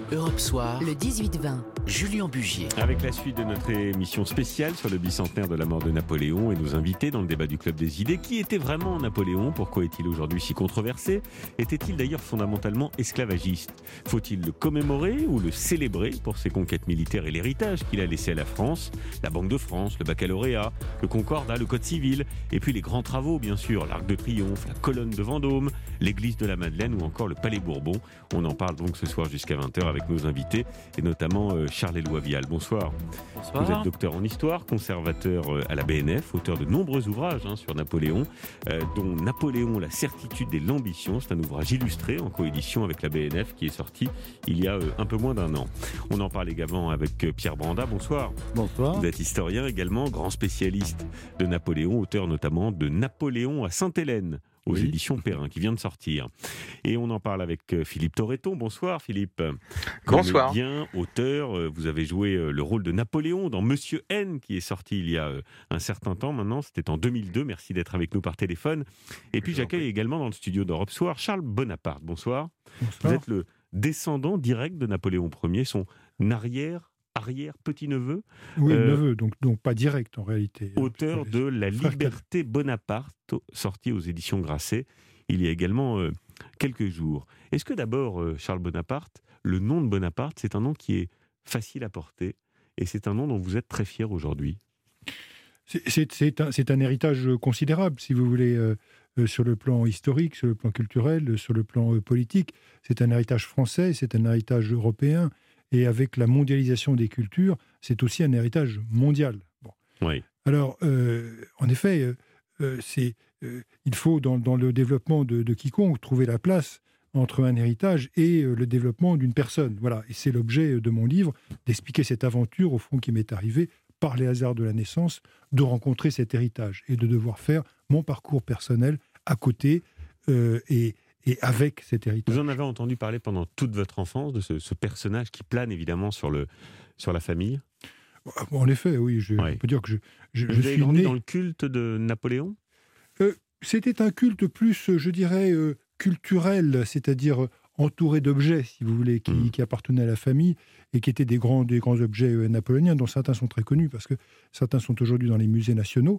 Europe Soir, le 18-20. Julien Bugier. Avec la suite de notre émission spéciale sur le bicentenaire de la mort de Napoléon et nos invités dans le débat du Club des Idées. Qui était vraiment Napoléon ? Pourquoi est-il aujourd'hui si controversé ? Était-il d'ailleurs fondamentalement esclavagiste ? Faut-il le commémorer ou le célébrer pour ses conquêtes militaires et l'héritage qu'il a laissé à la France ? La Banque de France, le baccalauréat, le Concordat, le Code civil, et puis les grands travaux bien sûr, l'Arc de Triomphe, la colonne de Vendôme, l'église de la Madeleine ou encore le Palais Bourbon. On en parle donc ce soir jusqu'à 20h avec nos invités et notamment Charles-Éloi Vial. Bonsoir. Bonsoir. Vous êtes docteur en histoire, conservateur à la BNF, auteur de nombreux ouvrages sur Napoléon, dont Napoléon, la certitude et l'ambition. C'est un ouvrage illustré en coédition avec la BNF qui est sorti il y a un peu moins d'un an. On en parle également avec Pierre Branda. Bonsoir. Bonsoir. Vous êtes historien également, grand spécialiste de Napoléon, auteur notamment de Napoléon à Sainte-Hélène, aux éditions Perrin, qui vient de sortir. Et on en parle avec Philippe Torreton. Bonsoir Philippe. Bonsoir. Comédien, auteur, vous avez joué le rôle de Napoléon dans Monsieur N, qui est sorti il y a un certain temps maintenant, c'était en 2002. Merci d'être avec nous par téléphone. Et puis j'accueille également dans le studio d'Europe Soir Charles Bonaparte. Bonsoir. Vous êtes le descendant direct de Napoléon Ier, son arrière-petit-neveu. Oui, neveu, donc pas direct en réalité. Auteur de La Liberté Bonaparte, sorti aux éditions Grasset il y a également quelques jours. Est-ce que d'abord, Charles Bonaparte, le nom de Bonaparte, c'est un nom qui est facile à porter et c'est un nom dont vous êtes très fier aujourd'hui ? C'est un héritage considérable, si vous voulez, sur le plan historique, sur le plan culturel, sur le plan politique. C'est un héritage français, c'est un héritage européen. Et avec la mondialisation des cultures, c'est aussi un héritage mondial. Bon. Oui. Alors, en effet, il faut, dans le développement de quiconque, trouver la place entre un héritage et le développement d'une personne. Voilà. Et c'est l'objet de mon livre, d'expliquer cette aventure, au fond, qui m'est arrivée par les hasards de la naissance, de rencontrer cet héritage et de devoir faire mon parcours personnel à côté et avec cet héritage. Vous en avez entendu parler pendant toute votre enfance, de ce personnage qui plane évidemment sur la famille ? En effet, oui. On peut dire que je vous avez suis grandi né dans le culte de Napoléon ? C'était un culte plus, je dirais, culturel, c'est-à-dire entouré d'objets, si vous voulez, qui appartenaient à la famille et qui étaient des grands objets napoléoniens, dont certains sont très connus, parce que certains sont aujourd'hui dans les musées nationaux.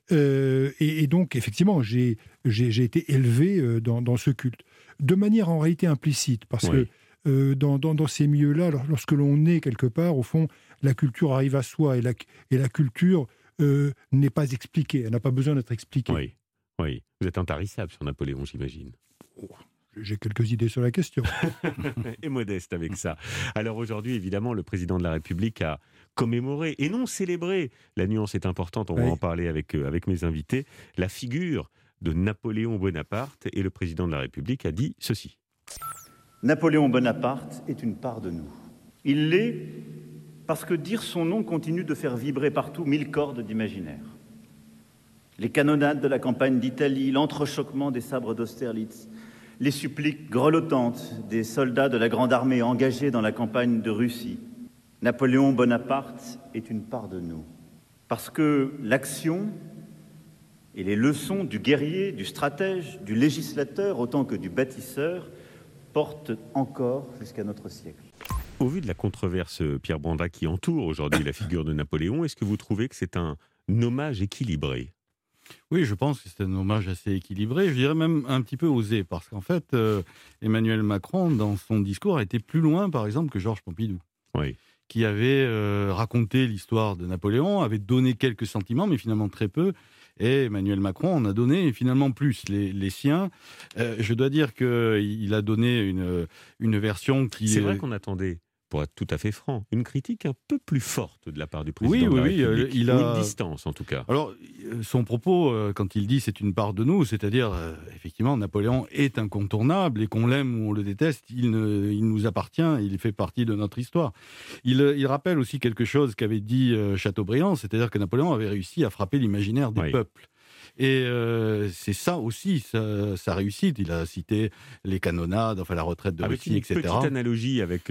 Et donc, effectivement, j'ai été élevé dans ce culte, de manière en réalité implicite, parce que dans ces milieux-là, lorsque l'on est quelque part, au fond, la culture arrive à soi, et la culture n'est pas expliquée, elle n'a pas besoin d'être expliquée. Oui. Vous êtes intarissable sur Napoléon, j'imagine. J'ai quelques idées sur la question. Et modeste avec ça. Alors aujourd'hui, évidemment, le président de la République a commémoré, et non célébré, la nuance est importante, on va en parler avec mes invités, la figure de Napoléon Bonaparte, et le président de la République a dit ceci. Napoléon Bonaparte est une part de nous. Il l'est parce que dire son nom continue de faire vibrer partout 1000 cordes d'imaginaire. Les canonnades de la campagne d'Italie, l'entrechoquement des sabres d'Austerlitz, les suppliques grelottantes des soldats de la Grande Armée engagés dans la campagne de Russie. Napoléon Bonaparte est une part de nous. Parce que l'action et les leçons du guerrier, du stratège, du législateur, autant que du bâtisseur, portent encore jusqu'à notre siècle. Au vu de la controverse, Pierre Branda, qui entoure aujourd'hui la figure de Napoléon, est-ce que vous trouvez que c'est un hommage équilibré ? Oui, je pense que c'est un hommage assez équilibré, je dirais même un petit peu osé, parce qu'en fait, Emmanuel Macron, dans son discours, a été plus loin, par exemple, que Georges Pompidou, qui avait raconté l'histoire de Napoléon, avait donné quelques sentiments, mais finalement très peu, et Emmanuel Macron en a donné finalement plus, les siens. Je dois dire qu'il a donné une version qui... C'est vrai qu'on attendait, pour être tout à fait franc, une critique un peu plus forte de la part du président de la République, il a une distance en tout cas. Alors, son propos, quand il dit c'est une part de nous, c'est-à-dire, effectivement, Napoléon est incontournable, et qu'on l'aime ou on le déteste, il nous appartient, il fait partie de notre histoire. Il rappelle aussi quelque chose qu'avait dit Chateaubriand, c'est-à-dire que Napoléon avait réussi à frapper l'imaginaire des peuples. Et c'est ça aussi, sa réussite. Il a cité les canonnades, enfin la retraite de Russie, etc. Avec une petite analogie avec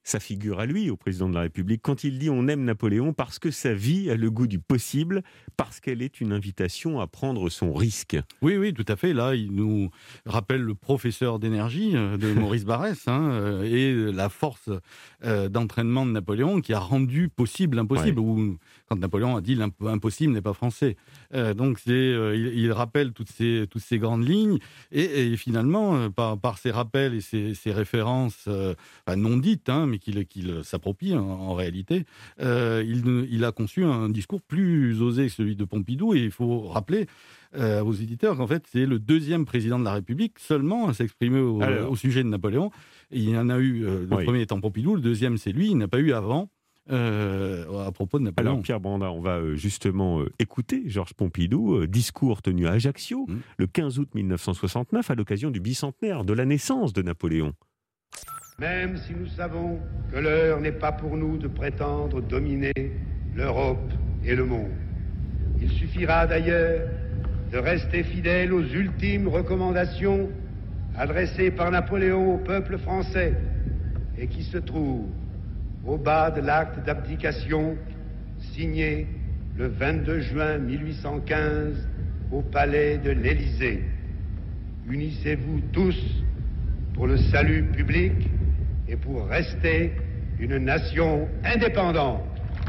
sa figure à lui, au président de la République, quand il dit on aime Napoléon parce que sa vie a le goût du possible, parce qu'elle est une invitation à prendre son risque. Oui, tout à fait. Là, il nous rappelle le professeur d'énergie de Maurice Barrès et la force d'entraînement de Napoléon qui a rendu possible l'impossible. Ou quand Napoléon a dit l'impossible n'est pas français. Donc il rappelle toutes ces grandes lignes et finalement par ses rappels et ses références non dites, mais qu'il s'approprie en réalité, il a conçu un discours plus osé que celui de Pompidou. Et il faut rappeler aux éditeurs qu'en fait c'est le deuxième président de la République seulement à s'exprimer au sujet de Napoléon. Et il y en a eu, le premier étant Pompidou, le deuxième c'est lui, il n'a pas eu avant. À propos de Napoléon. Alors Pierre Branda, on va justement écouter Georges Pompidou, discours tenu à Ajaccio le 15 août 1969 à l'occasion du bicentenaire de la naissance de Napoléon. Même si nous savons que l'heure n'est pas pour nous de prétendre dominer l'Europe et le monde, il suffira d'ailleurs de rester fidèle aux ultimes recommandations adressées par Napoléon au peuple français et qui se trouvent au bas de l'acte d'abdication signé le 22 juin 1815 au palais de l'Élysée. Unissez-vous tous pour le salut public et pour rester une nation indépendante.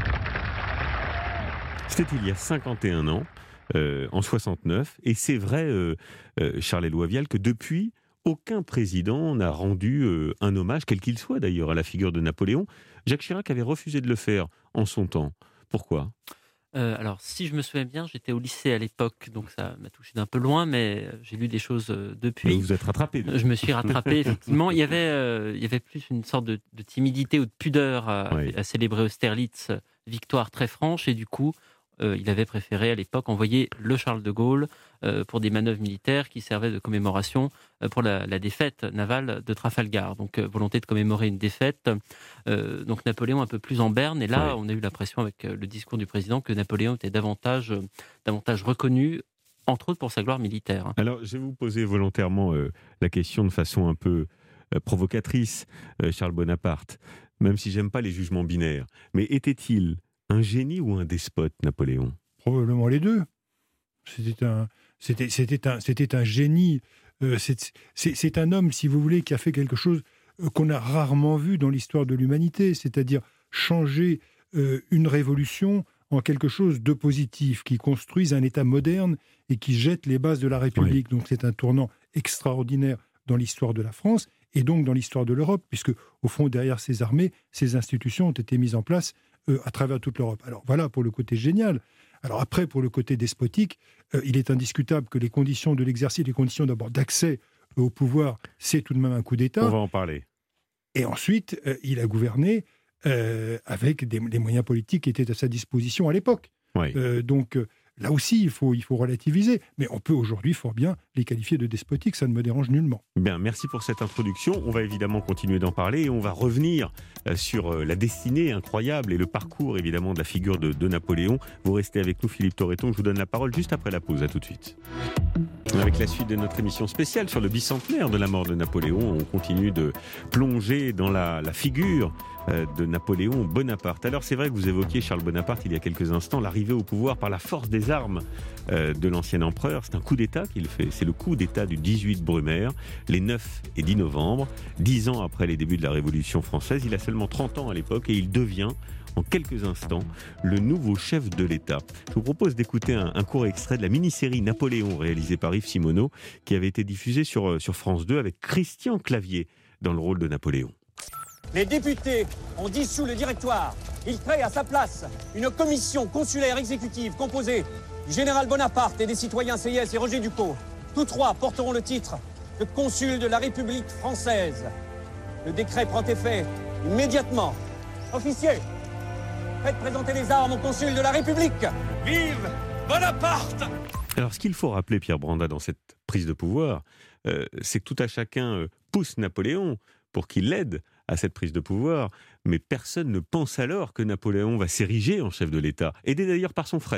C'était il y a 51 ans, en 69, et c'est vrai, Charles-Éloi Vial, que depuis, aucun président n'a rendu un hommage, quel qu'il soit d'ailleurs, à la figure de Napoléon. Jacques Chirac avait refusé de le faire en son temps. Pourquoi ? Alors, si je me souviens bien, j'étais au lycée à l'époque, donc ça m'a touché d'un peu loin, mais j'ai lu des choses depuis. Mais vous êtes rattrapé. Je me suis rattrapé, effectivement. Il y avait plus une sorte de timidité ou de pudeur à célébrer Austerlitz, victoire très franche, et du coup, il avait préféré à l'époque envoyer le Charles de Gaulle pour des manœuvres militaires qui servaient de commémoration pour la défaite navale de Trafalgar. Donc volonté de commémorer une défaite. Donc Napoléon un peu plus en berne. Et là, on a eu l'impression avec le discours du président que Napoléon était davantage reconnu, entre autres pour sa gloire militaire. Alors je vais vous poser volontairement la question de façon un peu provocatrice, Charles Bonaparte, même si j'aime pas les jugements binaires. Mais était-il un génie ou un despote, Napoléon ? Probablement les deux. C'était un génie. C'est un homme, si vous voulez, qui a fait quelque chose qu'on a rarement vu dans l'histoire de l'humanité, c'est-à-dire changer une révolution en quelque chose de positif, qui construise un État moderne et qui jette les bases de la République. Donc c'est un tournant extraordinaire dans l'histoire de la France et donc dans l'histoire de l'Europe, puisque au fond, derrière ces armées, ces institutions ont été mises en place à travers toute l'Europe. Alors voilà pour le côté génial. Alors après, pour le côté despotique, il est indiscutable que les conditions de l'exercice, les conditions d'abord d'accès au pouvoir, c'est tout de même un coup d'État. On va en parler. Et ensuite, il a gouverné avec des moyens politiques qui étaient à sa disposition à l'époque. Donc là aussi, il faut relativiser. Mais on peut aujourd'hui fort bien les qualifier de despotiques, ça ne me dérange nullement. Bien, merci pour cette introduction. On va évidemment continuer d'en parler et on va revenir sur la destinée incroyable et le parcours évidemment de la figure de Napoléon. Vous restez avec nous, Philippe Torreton. Je vous donne la parole juste après la pause. À tout de suite. Avec la suite de notre émission spéciale sur le bicentenaire de la mort de Napoléon, on continue de plonger dans la figure de Napoléon Bonaparte. Alors c'est vrai que vous évoquiez Charles Bonaparte il y a quelques instants, l'arrivée au pouvoir par la force des armes de l'ancien empereur. C'est un coup d'État qu'il fait, c'est le coup d'État du 18 Brumaire, les 9 et 10 novembre, 10 ans après les débuts de la Révolution française. Il a seulement 30 ans à l'époque et il devient en quelques instants le nouveau chef de l'État. Je vous propose d'écouter un court extrait de la mini-série Napoléon réalisée par Yves Simoneau qui avait été diffusée sur France 2 avec Christian Clavier dans le rôle de Napoléon. Les députés ont dissous le directoire. Ils créent à sa place une commission consulaire exécutive composée du général Bonaparte et des citoyens Sieyès et Roger Ducos. Tous trois porteront le titre de consul de la République française. Le décret prend effet immédiatement. Officiers, faites présenter les armes au consul de la République. Vive Bonaparte! Alors ce qu'il faut rappeler, Pierre Branda, dans cette prise de pouvoir, c'est que tout à chacun pousse Napoléon pour qu'il l'aide à cette prise de pouvoir, mais personne ne pense alors que Napoléon va s'ériger en chef de l'État, aidé d'ailleurs par son frère.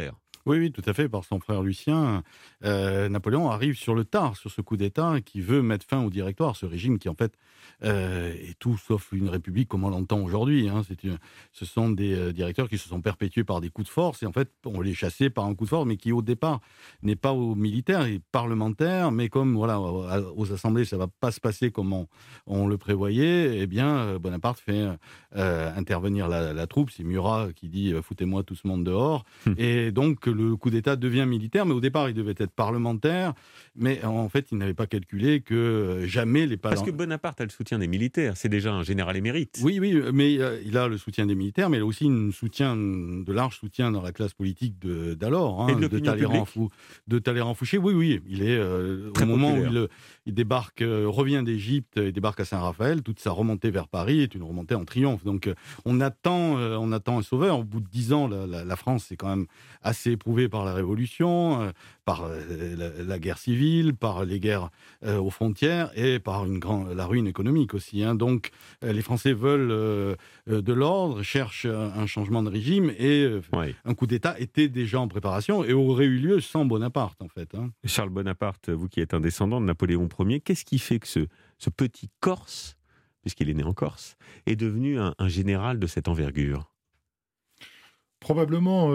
Oui, tout à fait, par son frère Lucien. Napoléon arrive sur le tard, sur ce coup d'État, qui veut mettre fin au Directoire, ce régime qui, en fait, est tout sauf une république comme on l'entend aujourd'hui. Ce sont des directeurs qui se sont perpétués par des coups de force, et en fait, on les chassait par un coup de force, mais qui, au départ, n'est pas aux militaires et parlementaires, mais comme voilà, aux assemblées, ça ne va pas se passer comme on le prévoyait, eh bien, Bonaparte fait intervenir la troupe, c'est Murat qui dit « foutez-moi tout ce monde dehors », et donc, le coup d'État devient militaire, mais au départ, il devait être parlementaire. Mais en fait, il n'avait pas calculé que jamais les Parce que Bonaparte a le soutien des militaires. C'est déjà un général émérite. Oui, mais il a le soutien des militaires, mais il a aussi de large soutien dans la classe politique d'alors. Et de l'opinion publique. De Talleyrand Fouché. Oui. Il est au moment où il débarque, revient d'Égypte et débarque à Saint-Raphaël. Toute sa remontée vers Paris est une remontée en triomphe. Donc, on attend un sauveur. Au bout de 10 ans, la France, c'est quand même assez éprouvée par la Révolution, par la guerre civile, par les guerres aux frontières et par la ruine économique aussi. Donc, les Français veulent de l'ordre, cherchent un changement de régime et un coup d'État était déjà en préparation et aurait eu lieu sans Bonaparte, en fait. Charles Bonaparte, vous qui êtes un descendant de Napoléon Ier, qu'est-ce qui fait que ce petit Corse, puisqu'il est né en Corse, est devenu un général de cette envergure ? Probablement,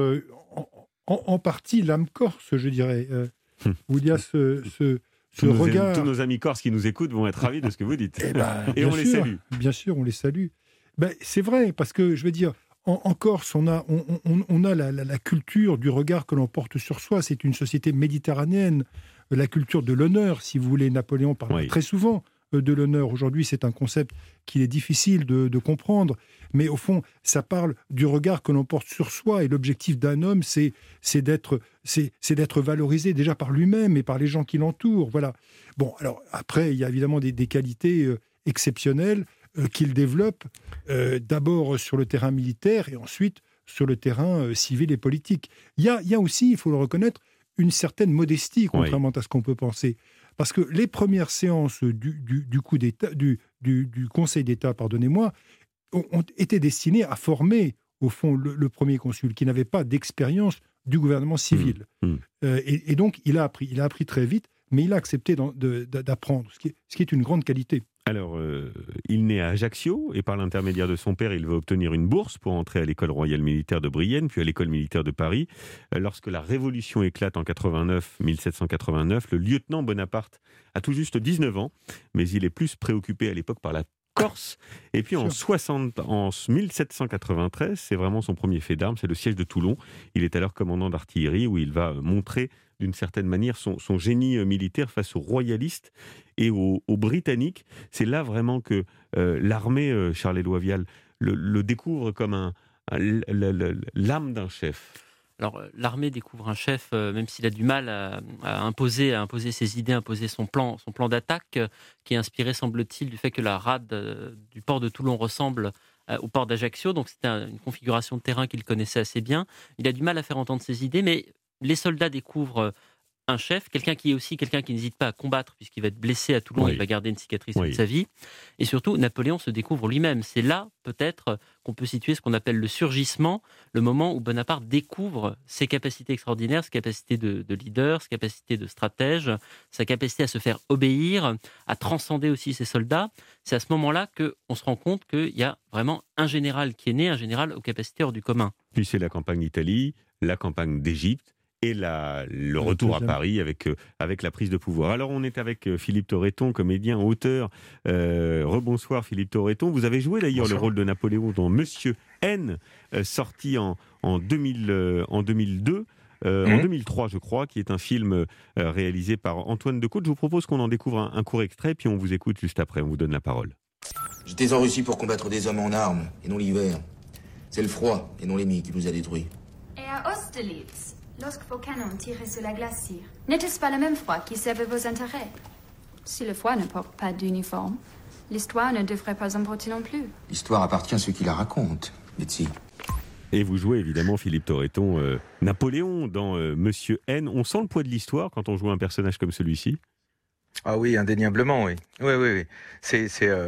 en partie, l'âme corse, je dirais. Où il y a ce regard... Tous nos amis corses qui nous écoutent vont être ravis de ce que vous dites. Et on les salue. Bien sûr, on les salue. C'est vrai, parce que, je veux dire, en Corse, on a la culture du regard que l'on porte sur soi. C'est une société méditerranéenne. La culture de l'honneur, si vous voulez. Napoléon parle très souvent de l'honneur. Aujourd'hui, c'est un concept qu'il est difficile de comprendre. Mais au fond, ça parle du regard que l'on porte sur soi. Et l'objectif d'un homme, c'est d'être valorisé déjà par lui-même et par les gens qui l'entourent. Voilà. Bon, alors après, il y a évidemment des qualités exceptionnelles qu'il développe, d'abord sur le terrain militaire et ensuite sur le terrain civil et politique. Il y a aussi, il faut le reconnaître, une certaine modestie, contrairement à ce qu'on peut penser. Parce que les premières séances du coup d'État, du Conseil d'État, pardonnez-moi, ont été destinées à former, au fond, le premier consul, qui n'avait pas d'expérience du gouvernement civil. Et donc, il a appris très vite, mais il a accepté d'apprendre, ce qui est une grande qualité. Alors, il naît à Ajaccio et par l'intermédiaire de son père, il va obtenir une bourse pour entrer à l'école royale militaire de Brienne, puis à l'école militaire de Paris. Lorsque la Révolution éclate en 1789, le lieutenant Bonaparte a tout juste 19 ans, mais il est plus préoccupé à l'époque par la Corse. Et puis en 1793, c'est vraiment son premier fait d'armes, c'est le siège de Toulon. Il est alors commandant d'artillerie où il va montrer d'une certaine manière son génie militaire face aux royalistes et aux Britanniques. C'est là vraiment que l'armée, Charles-Éloi Vial, le découvre comme l'âme d'un chef. Alors, l'armée découvre un chef, même s'il a du mal à imposer ses idées, à imposer son plan d'attaque, qui est inspiré, semble-t-il, du fait que la rade du port de Toulon ressemble au port d'Ajaccio. Donc, c'était une configuration de terrain qu'il connaissait assez bien. Il a du mal à faire entendre ses idées, mais les soldats découvrent un chef, quelqu'un qui n'hésite pas à combattre, puisqu'il va être blessé à Toulon, il va garder une cicatrice toute sa vie. Et surtout, Napoléon se découvre lui-même. C'est là, peut-être, qu'on peut situer ce qu'on appelle le surgissement, le moment où Bonaparte découvre ses capacités extraordinaires, ses capacités de leader, ses capacités de stratège, sa capacité à se faire obéir, à transcender aussi ses soldats. C'est à ce moment-là qu'on se rend compte qu'il y a vraiment un général qui est né, un général aux capacités hors du commun. Puis c'est la campagne d'Italie, la campagne d'Égypte, et le retour à Paris avec la prise de pouvoir. Alors on est avec Philippe Torreton, comédien, auteur. Rebonsoir Philippe Torreton. Vous avez joué d'ailleurs le rôle de Napoléon dans Monsieur N, sorti en 2002, en 2003 je crois, qui est un film réalisé par Antoine Decaute. Je vous propose qu'on en découvre un court extrait, puis on vous écoute juste après, on vous donne la parole. J'étais en Russie pour combattre des hommes en armes, et non l'hiver. C'est le froid, et non l'ennemi, qui nous a détruits. Et à Austerlitz, lorsque vos canons tiraient sur la glacière, n'était-ce pas le même froid qui servait vos intérêts? Si le froid ne porte pas d'uniforme, l'histoire ne devrait pas en porter non plus. L'histoire appartient à ceux qui la racontent, Betsy. Et vous jouez évidemment, Philippe Torreton, Napoléon dans Monsieur N. On sent le poids de l'histoire quand on joue un personnage comme celui-ci? Ah oui, indéniablement, oui. Oui. C'est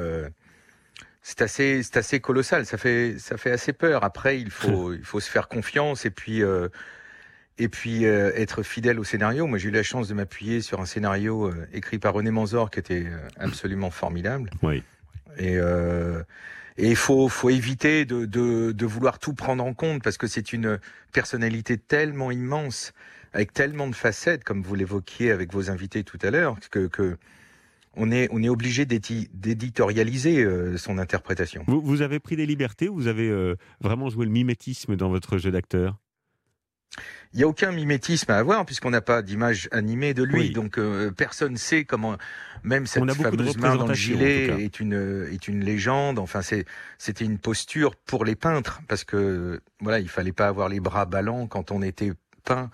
assez colossal, ça fait assez peur. Après, il faut se faire confiance et puis et puis être fidèle au scénario. Moi, j'ai eu la chance de m'appuyer sur un scénario écrit par René Manzor qui était absolument formidable. Oui. Et il faut éviter de vouloir tout prendre en compte parce que c'est une personnalité tellement immense, avec tellement de facettes, comme vous l'évoquiez avec vos invités tout à l'heure, que on est obligé d'éditorialiser son interprétation. Vous avez pris des libertés, vous avez vraiment joué le mimétisme dans votre jeu d'acteur? Il n'y a aucun mimétisme à avoir puisqu'on n'a pas d'image animée de lui, donc personne ne sait comment. Même cette fameuse main dans le gilet est une légende. Enfin, c'était une posture pour les peintres parce que voilà, il fallait pas avoir les bras ballants quand on était peint.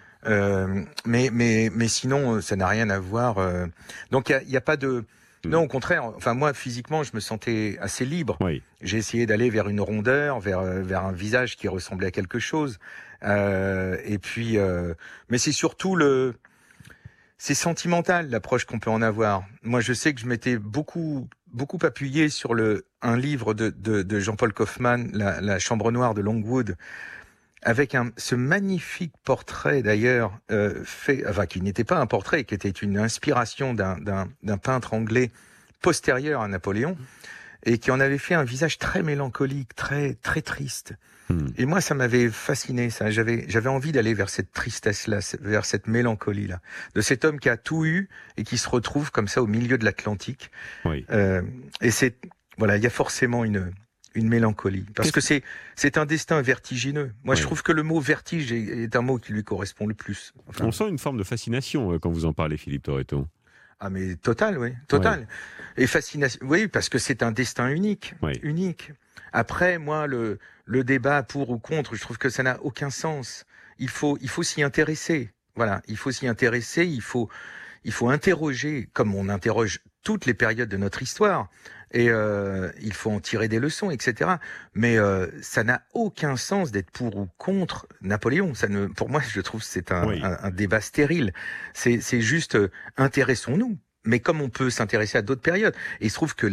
Mais sinon, ça n'a rien à voir. Donc il y a pas de. Non, au contraire. Enfin, moi, physiquement, je me sentais assez libre. Oui. J'ai essayé d'aller vers une rondeur, vers un visage qui ressemblait à quelque chose. Et puis, mais c'est surtout c'est sentimental l'approche qu'on peut en avoir. Moi, je sais que je m'étais beaucoup appuyé sur un livre de Jean-Paul Kaufmann, La Chambre noire de Longwood, avec ce magnifique portrait d'ailleurs qui n'était pas un portrait, qui était une inspiration d'un peintre anglais postérieur à Napoléon, et qui en avait fait un visage très mélancolique, très très triste. Et moi, ça m'avait fasciné, ça. J'avais envie d'aller vers cette tristesse-là, vers cette mélancolie-là, de cet homme qui a tout eu et qui se retrouve comme ça au milieu de l'Atlantique. Oui. Et il y a forcément une mélancolie, parce que c'est un destin vertigineux. Moi, je trouve que le mot vertige est un mot qui lui correspond le plus. Enfin, on sent une forme de fascination quand vous en parlez, Philippe Torreton. Ah, mais total, oui, total. Ouais. Et fascination, oui, parce que c'est un destin unique, unique. Après, moi, le débat pour ou contre, je trouve que ça n'a aucun sens. Il faut s'y intéresser. Voilà, il faut s'y intéresser. Il faut interroger, comme on interroge toutes les périodes de notre histoire. Et il faut en tirer des leçons, etc. Mais ça n'a aucun sens d'être pour ou contre Napoléon. Pour moi, je trouve que c'est un débat stérile. C'est juste intéressons-nous. Mais comme on peut s'intéresser à d'autres périodes, et il se trouve que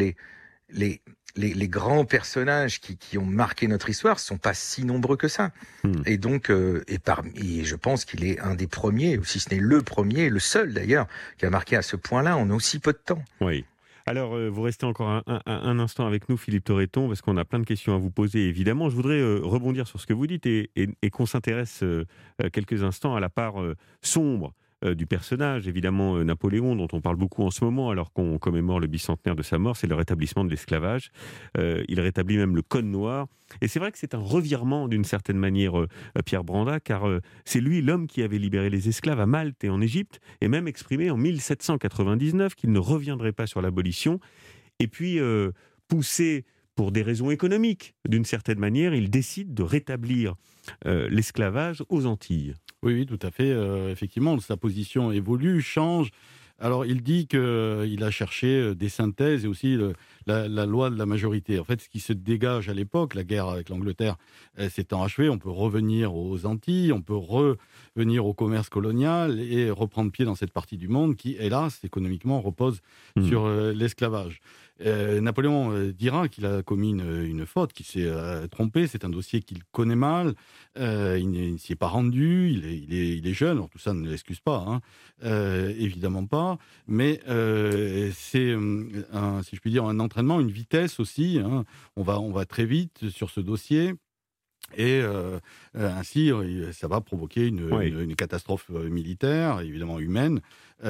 les grands personnages qui ont marqué notre histoire sont pas si nombreux que ça. Et donc, et je pense qu'il est un des premiers, ou si ce n'est le premier, le seul d'ailleurs, qui a marqué à ce point-là en aussi peu de temps. Oui. Alors, vous restez encore un instant avec nous, Philippe Torreton, parce qu'on a plein de questions à vous poser, évidemment. Je voudrais rebondir sur ce que vous dites et qu'on s'intéresse quelques instants à la part sombre du personnage, évidemment Napoléon, dont on parle beaucoup en ce moment, alors qu'on commémore le bicentenaire de sa mort, c'est le rétablissement de l'esclavage. Il rétablit même le Code noir. Et c'est vrai que c'est un revirement, d'une certaine manière, Pierre Brandat, car c'est lui l'homme qui avait libéré les esclaves à Malte et en Égypte, et même exprimé en 1799 qu'il ne reviendrait pas sur l'abolition. Et puis, poussé pour des raisons économiques, d'une certaine manière, il décide de rétablir l'esclavage aux Antilles. Oui, tout à fait. Effectivement, sa position évolue, change. Alors, il dit qu'il a cherché des synthèses et aussi la loi de la majorité. En fait, ce qui se dégage à l'époque, la guerre avec l'Angleterre s'étant achevée, on peut revenir aux Antilles, on peut revenir au commerce colonial et reprendre pied dans cette partie du monde qui, hélas, économiquement, repose sur l'esclavage. Napoléon dira qu'il a commis une faute, qu'il s'est trompé. C'est un dossier qu'il connaît mal. Il ne s'y est pas rendu. Il est jeune. Alors tout ça ne l'excuse pas, évidemment pas. Mais c'est, si je puis dire, un entraînement, une vitesse aussi. On va très vite sur ce dossier. Et ainsi, ça va provoquer une catastrophe militaire, évidemment humaine,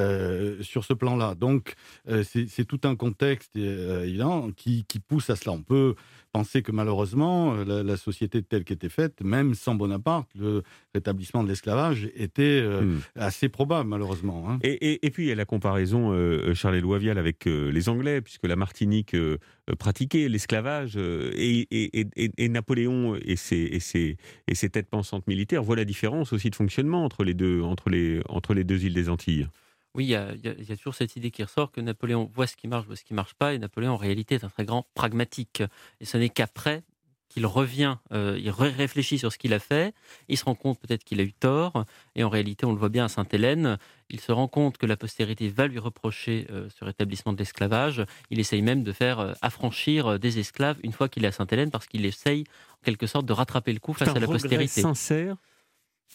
sur ce plan-là. Donc, c'est tout un contexte évident qui pousse à cela. On peut penser que malheureusement, la société telle qu'était faite, même sans Bonaparte, le rétablissement de l'esclavage était assez probable, malheureusement. Et puis, il y a la comparaison, Charles-Éloi Vial, avec les Anglais, puisque la Martinique pratiquait l'esclavage, et Napoléon et ses têtes pensantes militaires voient la différence aussi de fonctionnement entre les deux îles des Antilles. Oui, il y a toujours cette idée qui ressort que Napoléon voit ce qui marche pas, et Napoléon en réalité est un très grand pragmatique. Et ce n'est qu'après qu'il revient, il réfléchit sur ce qu'il a fait, il se rend compte peut-être qu'il a eu tort, et en réalité on le voit bien à Sainte-Hélène, il se rend compte que la postérité va lui reprocher ce rétablissement de l'esclavage, il essaye même de faire affranchir des esclaves une fois qu'il est à Sainte-Hélène, parce qu'il essaye en quelque sorte de rattraper le coup face à la postérité. C'est un regret sincère.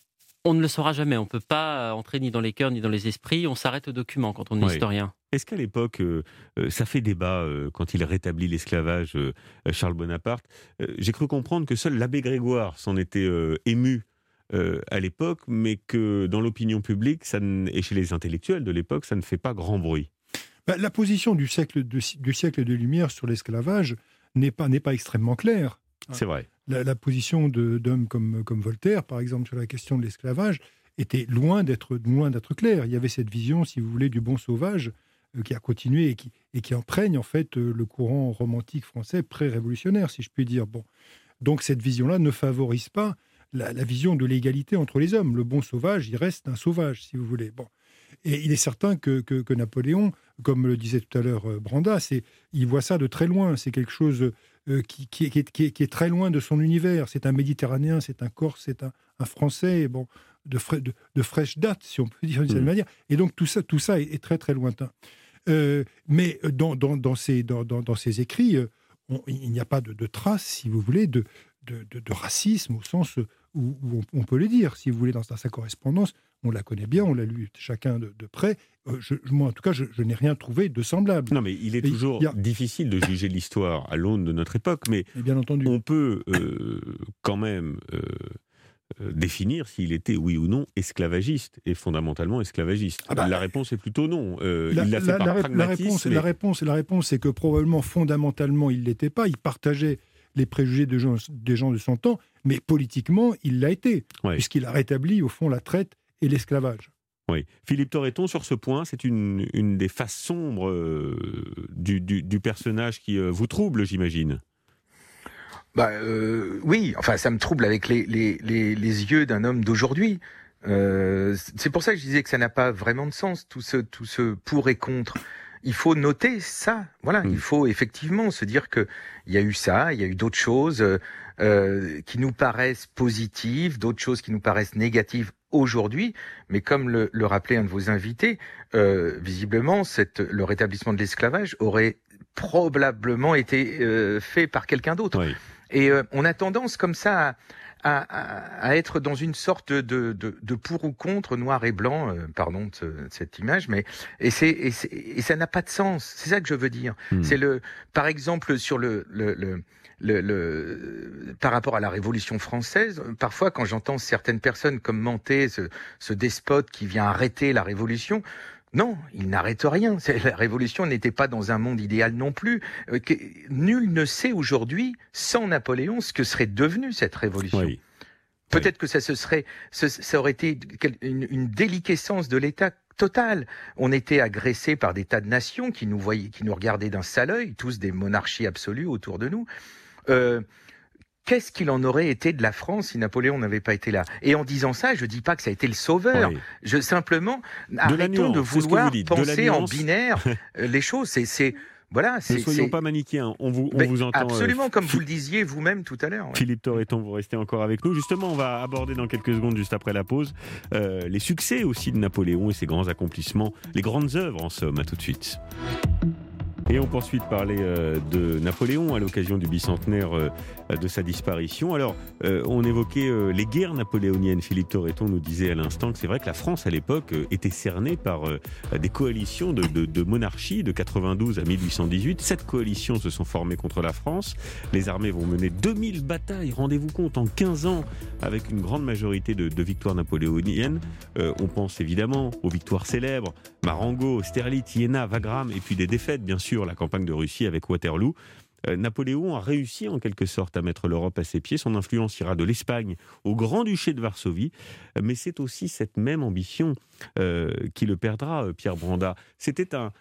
On ne le saura jamais. On ne peut pas entrer ni dans les cœurs ni dans les esprits. On s'arrête aux documents quand on est historien. Est-ce qu'à l'époque, ça fait débat quand il rétablit l'esclavage, Charles Bonaparte? J'ai cru comprendre que seul l'abbé Grégoire s'en était ému à l'époque, mais que dans l'opinion publique et chez les intellectuels de l'époque, ça ne fait pas grand bruit. La position du siècle de Lumière sur l'esclavage n'est pas extrêmement claire. C'est vrai. La position d'hommes comme Voltaire, par exemple, sur la question de l'esclavage, était loin d'être claire. Il y avait cette vision, si vous voulez, du bon sauvage qui a continué et qui imprègne en fait le courant romantique français pré-révolutionnaire, si je puis dire. Bon. Donc cette vision-là ne favorise pas la vision de l'égalité entre les hommes. Le bon sauvage, il reste un sauvage, si vous voulez. Bon. Et il est certain que Napoléon, comme le disait tout à l'heure Branda, il voit ça de très loin. C'est quelque chose qui est très loin de son univers. C'est un Méditerranéen, c'est un Corse, c'est un Français, bon, de fraîche date, si on peut dire d'une certaine manière. Et donc tout ça est très très lointain. Mais dans ses écrits, il n'y a pas de traces, si vous voulez, de racisme au sens où on peut le dire, si vous voulez, dans sa correspondance. On la connaît bien, on l'a lu chacun de près. Moi, en tout cas, je n'ai rien trouvé de semblable. Non, mais il est toujours difficile de juger l'histoire à l'aune de notre époque, mais bien entendu. On peut quand même définir s'il était, oui ou non, esclavagiste, et fondamentalement esclavagiste. La réponse est plutôt non. Il l'a fait par pragmatisme. La réponse, c'est que probablement, fondamentalement, il ne l'était pas. Il partageait les préjugés des gens de son temps, mais politiquement, il l'a été, puisqu'il a rétabli, au fond, la traite et l'esclavage. Oui. Philippe Torreton, sur ce point, c'est une des faces sombres du personnage qui vous trouble, j'imagine. Oui, enfin, ça me trouble avec les yeux d'un homme d'aujourd'hui. C'est pour ça que je disais que ça n'a pas vraiment de sens, tout ce pour et contre. Il faut noter ça. Voilà, il faut effectivement se dire que il y a eu ça, il y a eu d'autres choses qui nous paraissent positives, d'autres choses qui nous paraissent négatives aujourd'hui. Mais comme le rappelait un de vos invités, visiblement, le rétablissement de l'esclavage aurait probablement été fait par quelqu'un d'autre. Oui. Et on a tendance comme ça à être dans une sorte de pour ou contre, noir et blanc, pardon de cette image, mais et ça n'a pas de sens. C'est ça que je veux dire. C'est par exemple sur par rapport à la Révolution française, parfois quand j'entends certaines personnes commenter ce despote qui vient arrêter la Révolution. Non, il n'arrête rien. La Révolution n'était pas dans un monde idéal non plus. Nul ne sait aujourd'hui, sans Napoléon, ce que serait devenue cette Révolution. Oui. Peut-être que ça aurait été une déliquescence de l'État totale. On était agressés par des tas de nations qui nous regardaient d'un sale œil, tous des monarchies absolues autour de nous. Qu'est-ce qu'il en aurait été de la France si Napoléon n'avait pas été là? Et en disant ça, je dis pas que ça a été le sauveur. Oui. Simplement, arrêtons de vouloir penser en binaire les choses. Voilà, ne soyons pas manichéens, on vous entend... Absolument, comme vous le disiez vous-même tout à l'heure. Ouais. Philippe Torreton, vous restez encore avec nous. Justement, on va aborder dans quelques secondes, juste après la pause, les succès aussi de Napoléon et ses grands accomplissements, les grandes œuvres en somme. À tout de suite. Et on poursuit de parler de Napoléon à l'occasion du bicentenaire de sa disparition. Alors, on évoquait les guerres napoléoniennes. Philippe Torreton nous disait à l'instant que c'est vrai que la France, à l'époque, était cernée par des coalitions de monarchies de 92 à 1818. 7 coalitions se sont formées contre la France. Les armées vont mener 2000 batailles, rendez-vous compte, en 15 ans, avec une grande majorité de victoires napoléoniennes. On pense évidemment aux victoires célèbres, Marengo, Austerlitz, Iéna, Wagram, et puis des défaites, bien sûr, la campagne de Russie avec Waterloo. Napoléon a réussi en quelque sorte à mettre l'Europe à ses pieds. Son influence ira de l'Espagne au Grand-Duché de Varsovie. Mais c'est aussi cette même ambition qui le perdra, Pierre Branda. C'était un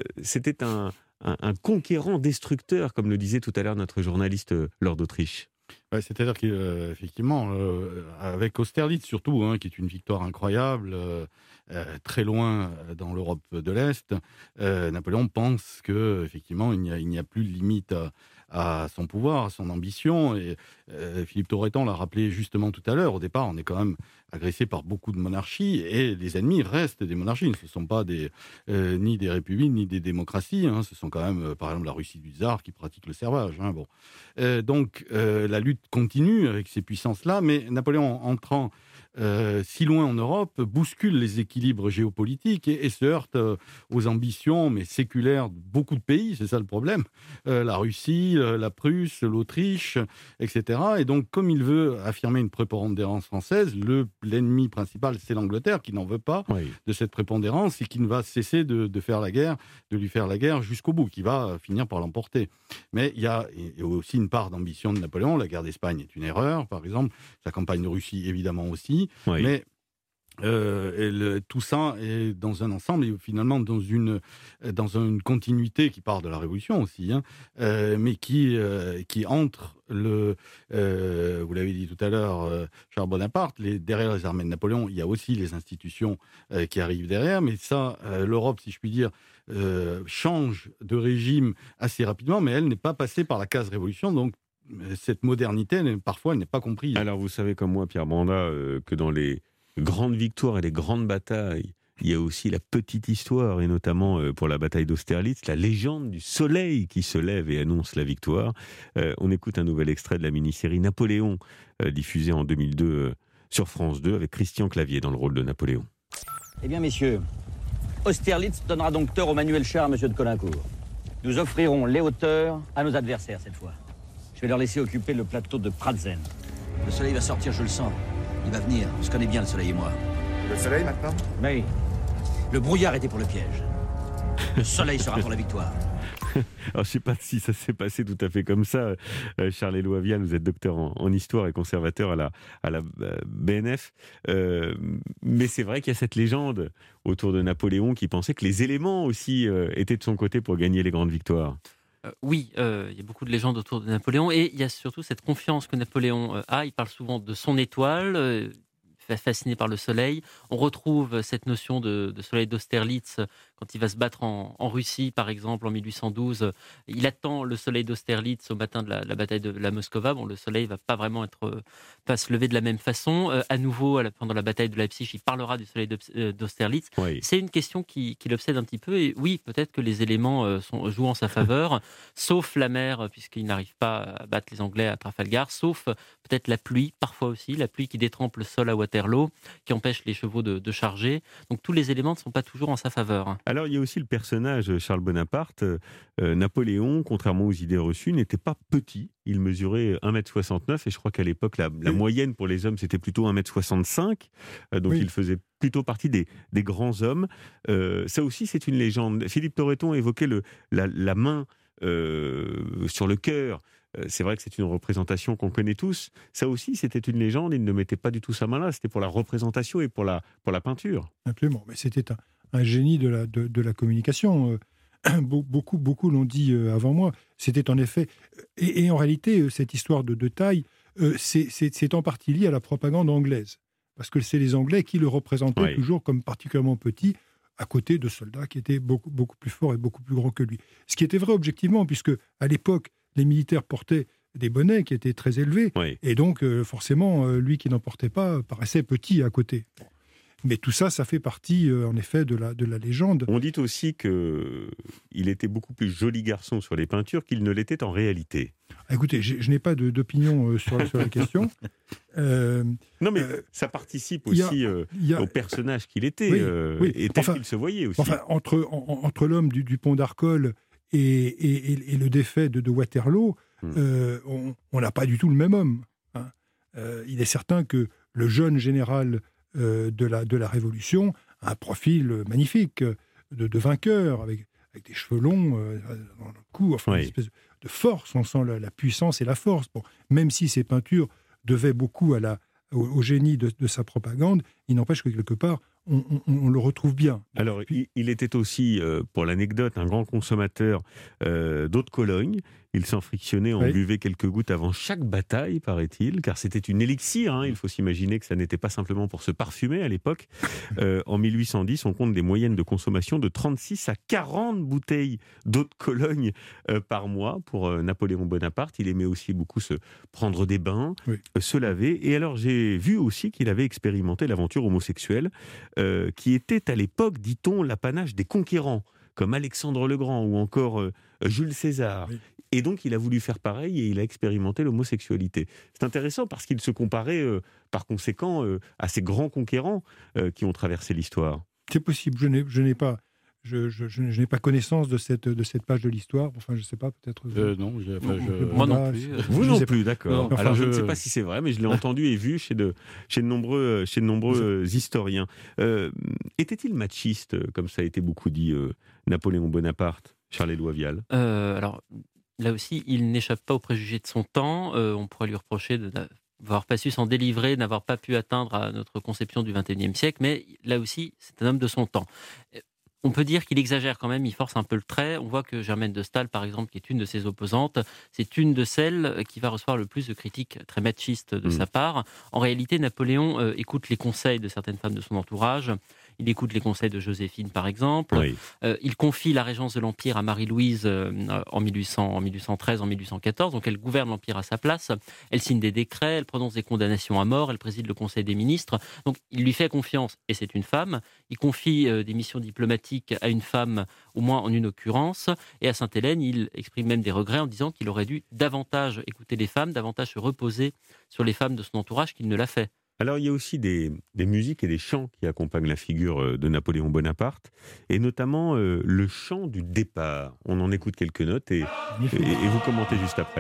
conquérant destructeur, comme le disait tout à l'heure notre journaliste Lord d'Autriche. Ouais, c'est-à-dire qu'effectivement, avec Austerlitz surtout, qui est une victoire incroyable, très loin dans l'Europe de l'Est, Napoléon pense qu'effectivement, il n'y a plus de limite à son pouvoir, à son ambition. Et Philippe Torreton l'a rappelé justement tout à l'heure. Au départ, on est quand même agressé par beaucoup de monarchies, et les ennemis restent des monarchies. Ce ne sont pas ni des républiques, ni des démocraties. Ce sont quand même, par exemple, la Russie du tsar qui pratique le servage. Donc, la lutte continue avec ces puissances-là, mais Napoléon, entrant si loin en Europe, bouscule les équilibres géopolitiques et se heurte aux ambitions, mais séculaires, de beaucoup de pays, c'est ça le problème. La Russie, la Prusse, l'Autriche, etc. Et donc, comme il veut affirmer une prépondérance française, l'ennemi principal, c'est l'Angleterre, qui n'en veut pas de cette prépondérance et qui ne va cesser de lui faire la guerre jusqu'au bout, qui va finir par l'emporter. Mais il y a aussi une part d'ambition de Napoléon. La guerre d'Espagne est une erreur, par exemple. Sa campagne de Russie, évidemment, aussi. Mais tout ça est dans un ensemble et finalement dans une continuité qui part de la Révolution aussi, mais qui entre vous l'avez dit tout à l'heure, Charles Bonaparte, derrière les armées de Napoléon, il y a aussi les institutions qui arrivent derrière, mais ça, l'Europe, si je puis dire, change de régime assez rapidement, mais elle n'est pas passée par la case Révolution, donc cette modernité, parfois, elle n'est pas comprise. Alors, vous savez comme moi, Pierre Branda, que dans les grandes victoires et les grandes batailles, il y a aussi la petite histoire, et notamment pour la bataille d'Austerlitz, la légende du soleil qui se lève et annonce la victoire. On écoute un nouvel extrait de la mini-série Napoléon, diffusée en 2002 sur France 2, avec Christian Clavier dans le rôle de Napoléon. Eh bien, messieurs, Austerlitz donnera donc tort au manuel char à monsieur de Caulaincourt. Nous offrirons les hauteurs à nos adversaires cette fois. Je vais leur laisser occuper le plateau de Pratzen. Le soleil va sortir, je le sens. Il va venir. On se connaît bien, le soleil et moi. Le soleil, maintenant ? Mais le brouillard était pour le piège. Le soleil sera pour la victoire. Alors, je ne sais pas si ça s'est passé tout à fait comme ça. Charles Éloi Vial, vous êtes docteur en histoire et conservateur à la BNF. Mais c'est vrai qu'il y a cette légende autour de Napoléon qui pensait que les éléments aussi étaient de son côté pour gagner les grandes victoires. Oui, il y a beaucoup de légendes autour de Napoléon et il y a surtout cette confiance que Napoléon a. Il parle souvent de son étoile, fasciné par le soleil. On retrouve cette notion de soleil d'Austerlitz quand il va se battre en Russie, par exemple, en 1812. Il attend le soleil d'Austerlitz au matin de la bataille de la Moskova. Bon, le soleil ne va pas vraiment pas se lever de la même façon. À nouveau, pendant la bataille de Leipzig, il parlera du soleil d'Austerlitz. Oui. C'est une question qui l'obsède un petit peu. Et oui, peut-être que les éléments jouent en sa faveur, sauf la mer, puisqu'il n'arrive pas à battre les Anglais à Trafalgar, sauf peut-être la pluie, parfois aussi, la pluie qui détrempe le sol à Waterloo, qui empêche les chevaux de charger. Donc tous les éléments ne sont pas toujours en sa faveur. Alors, il y a aussi le personnage Charles Bonaparte. Napoléon, contrairement aux idées reçues, n'était pas petit. Il mesurait 1,69 m et je crois qu'à l'époque, la moyenne pour les hommes, c'était plutôt 1,65 m. Donc, il faisait plutôt partie des grands hommes. Ça aussi, c'est une légende. Philippe Torreton évoquait la main sur le cœur. C'est vrai que c'est une représentation qu'on connaît tous. Ça aussi, c'était une légende. Il ne mettait pas du tout sa main là. C'était pour la représentation et pour la peinture. Absolument. Mais c'était un génie de la communication. Beaucoup l'ont dit avant moi. C'était en effet... Et en réalité, cette histoire de taille, c'est en partie lié à la propagande anglaise. Parce que c'est les Anglais qui le représentaient toujours comme particulièrement petit, à côté de soldats qui étaient beaucoup plus forts et beaucoup plus grands que lui. Ce qui était vrai objectivement, puisque à l'époque, les militaires portaient des bonnets qui étaient très élevés, et donc forcément, lui qui n'en portait pas paraissait petit à côté. Mais tout ça, ça fait partie, en effet, de la légende. On dit aussi qu'il était beaucoup plus joli garçon sur les peintures qu'il ne l'était en réalité. Écoutez, je n'ai pas d'opinion sur la question. Non, mais ça participe aussi au personnage qu'il était, et tel qu'il se voyait aussi. Enfin, entre l'homme du pont d'Arcole et le défait de Waterloo, on n'a pas du tout le même homme. Hein. Il est certain que le jeune général de la Révolution a un profil magnifique de vainqueur, avec des cheveux longs dans le cou, enfin une espèce de force, on sent la puissance et la force. Bon, même si ses peintures devaient beaucoup au génie de sa propagande, il n'empêche que quelque part, on le retrouve bien. Alors, il était aussi, pour l'anecdote, un grand consommateur d'eau de Cologne. Il s'en frictionnait, en buvait quelques gouttes avant chaque bataille, paraît-il, car c'était une élixir. Il faut s'imaginer que ça n'était pas simplement pour se parfumer à l'époque. En 1810, on compte des moyennes de consommation de 36 à 40 bouteilles d'eau de Cologne par mois pour Napoléon Bonaparte. Il aimait aussi beaucoup se prendre des bains, se laver. Et alors, j'ai vu aussi qu'il avait expérimenté l'aventure homosexuelle, qui était à l'époque, dit-on, l'apanage des conquérants, comme Alexandre le Grand ou encore Jules César. Et donc, il a voulu faire pareil et il a expérimenté l'homosexualité. C'est intéressant parce qu'il se comparait, par conséquent, à ces grands conquérants qui ont traversé l'histoire. C'est possible. Je n'ai pas connaissance de cette page de l'histoire. Enfin, je ne sais pas, peut-être... non, moi non plus. Vous non plus, d'accord. Alors, je ne sais pas si c'est vrai, mais je l'ai entendu et vu chez de nombreux historiens. Était-il machiste, comme ça a été beaucoup dit, Napoléon Bonaparte, Charles-Éloi Vial? Alors, là aussi, il n'échappe pas aux préjugés de son temps. On pourrait lui reprocher de n'avoir pas su s'en délivrer, n'avoir pas pu atteindre à notre conception du XXIe siècle, mais là aussi, c'est un homme de son temps. On peut dire qu'il exagère quand même, il force un peu le trait. On voit que Germaine de Staël, par exemple, qui est une de ses opposantes, c'est une de celles qui va recevoir le plus de critiques très machistes de sa part. En réalité, Napoléon écoute les conseils de certaines femmes de son entourage. Il écoute les conseils de Joséphine, par exemple. Il confie la régence de l'Empire à Marie-Louise en 1813, en 1814. Donc, elle gouverne l'Empire à sa place. Elle signe des décrets, elle prononce des condamnations à mort, elle préside le Conseil des ministres. Donc, il lui fait confiance, et c'est une femme. Il confie des missions diplomatiques à une femme, au moins en une occurrence. Et à Sainte-Hélène, il exprime même des regrets en disant qu'il aurait dû davantage écouter les femmes, davantage se reposer sur les femmes de son entourage qu'il ne l'a fait. Alors, il y a aussi des musiques et des chants qui accompagnent la figure de Napoléon Bonaparte, et notamment le chant du départ. On en écoute quelques notes et vous commentez juste après.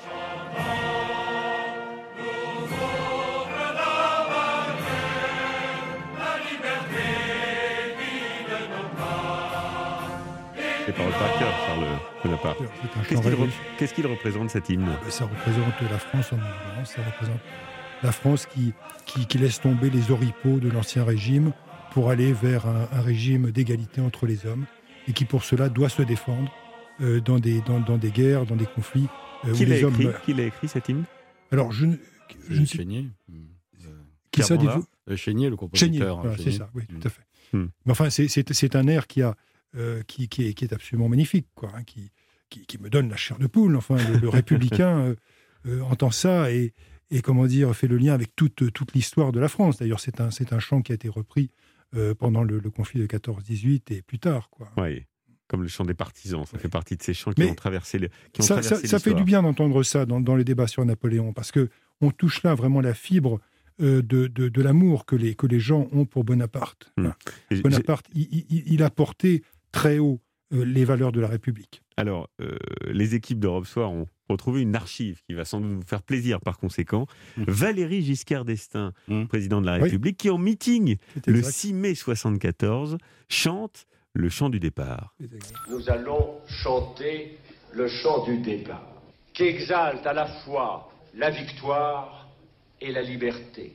C'est paroles par cœur, Charles Bonaparte. Qu'est-ce qu'il représente, cet hymne? Ça représente la France en mouvement, ça représente la France qui laisse tomber les oripeaux de l'Ancien Régime pour aller vers un régime d'égalité entre les hommes, et qui pour cela doit se défendre dans des guerres, dans des conflits. Qui l'a écrit cet hymne? Alors, je ne sais Chénier. Qui ça, dites-vous? Chénier, le compositeur. Voilà, c'est ça, oui, tout à fait. Mais enfin, c'est un air qui est absolument magnifique, quoi, hein, qui me donne la chair de poule. Enfin, le républicain entend ça et comment dire, fait le lien avec toute l'histoire de la France. D'ailleurs, c'est un chant qui a été repris pendant le conflit de 14-18 et plus tard, quoi. Oui, comme le chant des partisans. Ça fait partie de ces chants qui ont traversé l'histoire. Ça fait du bien d'entendre ça dans les débats sur Napoléon, parce qu'on touche là vraiment la fibre de l'amour que les gens ont pour Bonaparte. Bonaparte, il a porté très haut les valeurs de la République. Alors, les équipes d'Europe Soir ont retrouvé une archive qui va sans doute vous faire plaisir par conséquent. Valéry Giscard d'Estaing, président de la République, qui en meeting le 6 mai 1974 chante le chant du départ. Nous allons chanter le chant du départ, qui exalte à la fois la victoire et la liberté.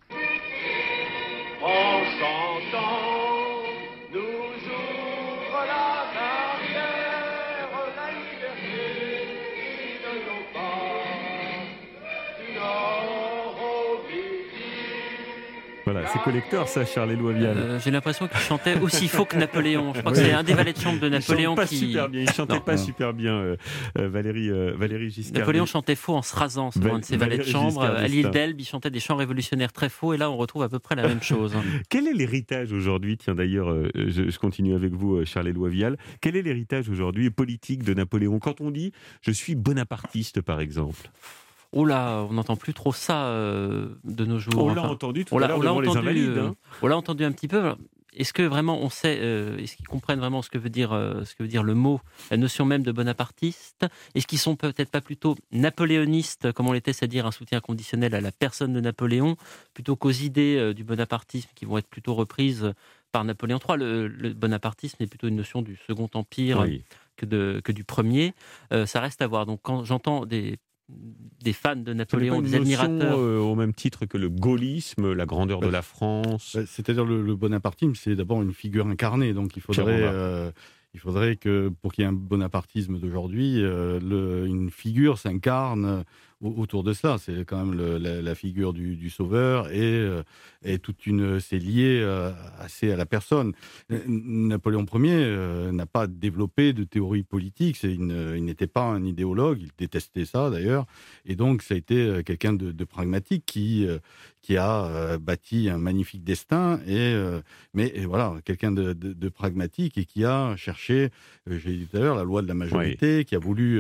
En chantant, nous ouvre la barrière, la liberté de nos pas, du nord au midi. Voilà, c'est collecteur ça, Charles-Éloi Vial. J'ai l'impression qu'il chantait aussi faux que Napoléon. Je crois que c'est un des valets de chambre de Napoléon il chantait pas super bien, Valéry Giscard. Napoléon chantait faux en se rasant, c'est un de ses valets de chambre. À l'île d'Elbe, il chantait des chants révolutionnaires très faux, et là on retrouve à peu près la même chose. Quel est l'héritage aujourd'hui? Tiens, d'ailleurs, je continue avec vous, Charles-Éloi Vial. Quel est l'héritage aujourd'hui politique de Napoléon? Quand on dit « je suis bonapartiste », par exemple. Oh là, on n'entend plus trop ça de nos jours. On l'a entendu tout à l'heure devant les Invalides. On l'a entendu un petit peu. Est-ce que vraiment on sait, est-ce qu'ils comprennent vraiment ce que veut dire le mot, la notion même de bonapartiste? Est-ce qu'ils sont peut-être pas plutôt napoléonistes, comme on l'était, c'est-à-dire un soutien conditionnel à la personne de Napoléon, plutôt qu'aux idées du bonapartisme qui vont être plutôt reprises par Napoléon III? Le bonapartisme est plutôt une notion du Second Empire que du premier. Ça reste à voir. Donc quand j'entends des fans de Napoléon, des admirateurs. Au même titre que le gaullisme, la grandeur de la France. C'est-à-dire le bonapartisme, c'est d'abord une figure incarnée, donc il Il faudrait que, pour qu'il y ait un bonapartisme d'aujourd'hui, une figure s'incarne autour de cela. C'est quand même la figure du sauveur et c'est lié assez à la personne. Napoléon Ier n'a pas développé de théorie politique. Il n'était pas un idéologue. Il détestait ça d'ailleurs. Et donc ça a été quelqu'un de pragmatique qui a bâti un magnifique destin. Mais voilà, quelqu'un de pragmatique et qui a cherché, j'ai dit tout à l'heure, la loi de la majorité, qui a voulu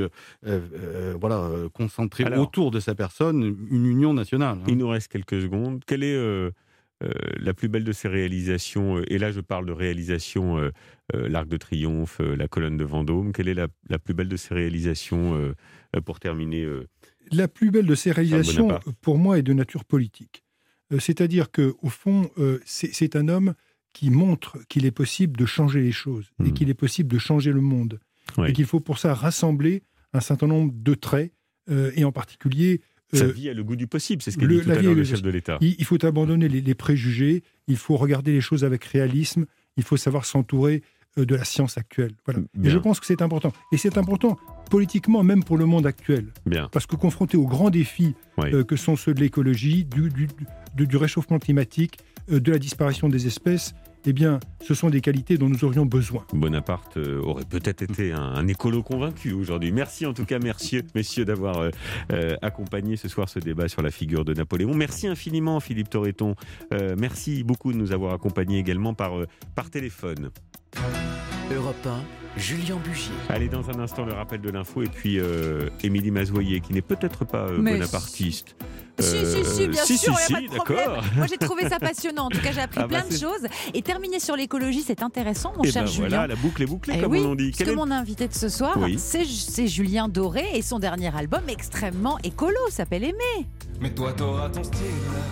concentrer autour de sa personne une union nationale. Il nous reste quelques secondes. Quelle est la plus belle de ses réalisations, et là je parle de réalisation, l'Arc de Triomphe, la colonne de Vendôme, quelle est la plus belle de ses réalisations pour terminer La plus belle de ses réalisations, pour moi, est de nature politique. C'est-à-dire qu'au fond, c'est un homme qui montre qu'il est possible de changer les choses et qu'il est possible de changer le monde. Et qu'il faut pour ça rassembler un certain nombre de traits, et en particulier... Sa vie a le goût du possible, c'est ce qu'a dit tout à l'heure le chef de l'État. Il faut abandonner les préjugés, il faut regarder les choses avec réalisme, il faut savoir s'entourer de la science actuelle. Voilà. Et je pense que c'est important. Et c'est important politiquement, même pour le monde actuel. Bien. Parce que confronté aux grands défis que sont ceux de l'écologie, du réchauffement climatique, de la disparition des espèces, eh bien, ce sont des qualités dont nous aurions besoin. Bonaparte aurait peut-être été un écolo convaincu aujourd'hui. Merci en tout cas, messieurs d'avoir accompagné ce soir ce débat sur la figure de Napoléon. Merci infiniment, Philippe Torreton. Merci beaucoup de nous avoir accompagnés également par téléphone. Europe 1, Julien Bugier. Allez, dans un instant, le rappel de l'info et puis Émilie Mazoyer, qui n'est peut-être pas bonapartiste. Si, bien sûr, il n'y a pas de problème. D'accord. Moi, j'ai trouvé ça passionnant. En tout cas, j'ai appris plein de choses. Et terminer sur l'écologie, c'est intéressant, mon cher Julien. Voilà, la boucle est bouclée, comme on dit. Parce que mon invité de ce soir, c'est Julien Doré et son dernier album extrêmement écolo s'appelle Aimer. Mais toi, t'auras ton style,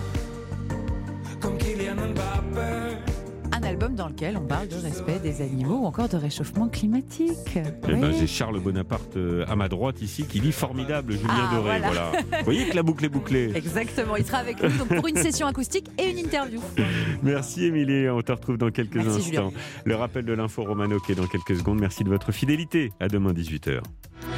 comme Kylian Mbappé. Un album dans lequel on parle de respect des animaux ou encore de réchauffement climatique. J'ai Charles Bonaparte à ma droite ici qui dit formidable Julien Doré. Voilà. Vous voyez que la boucle est bouclée. Exactement, il sera avec nous donc pour une session acoustique et une interview. Merci Émilie, on te retrouve dans quelques instants. Julien. Le rappel de l'info Romano qui est dans quelques secondes. Merci de votre fidélité. À demain 18h.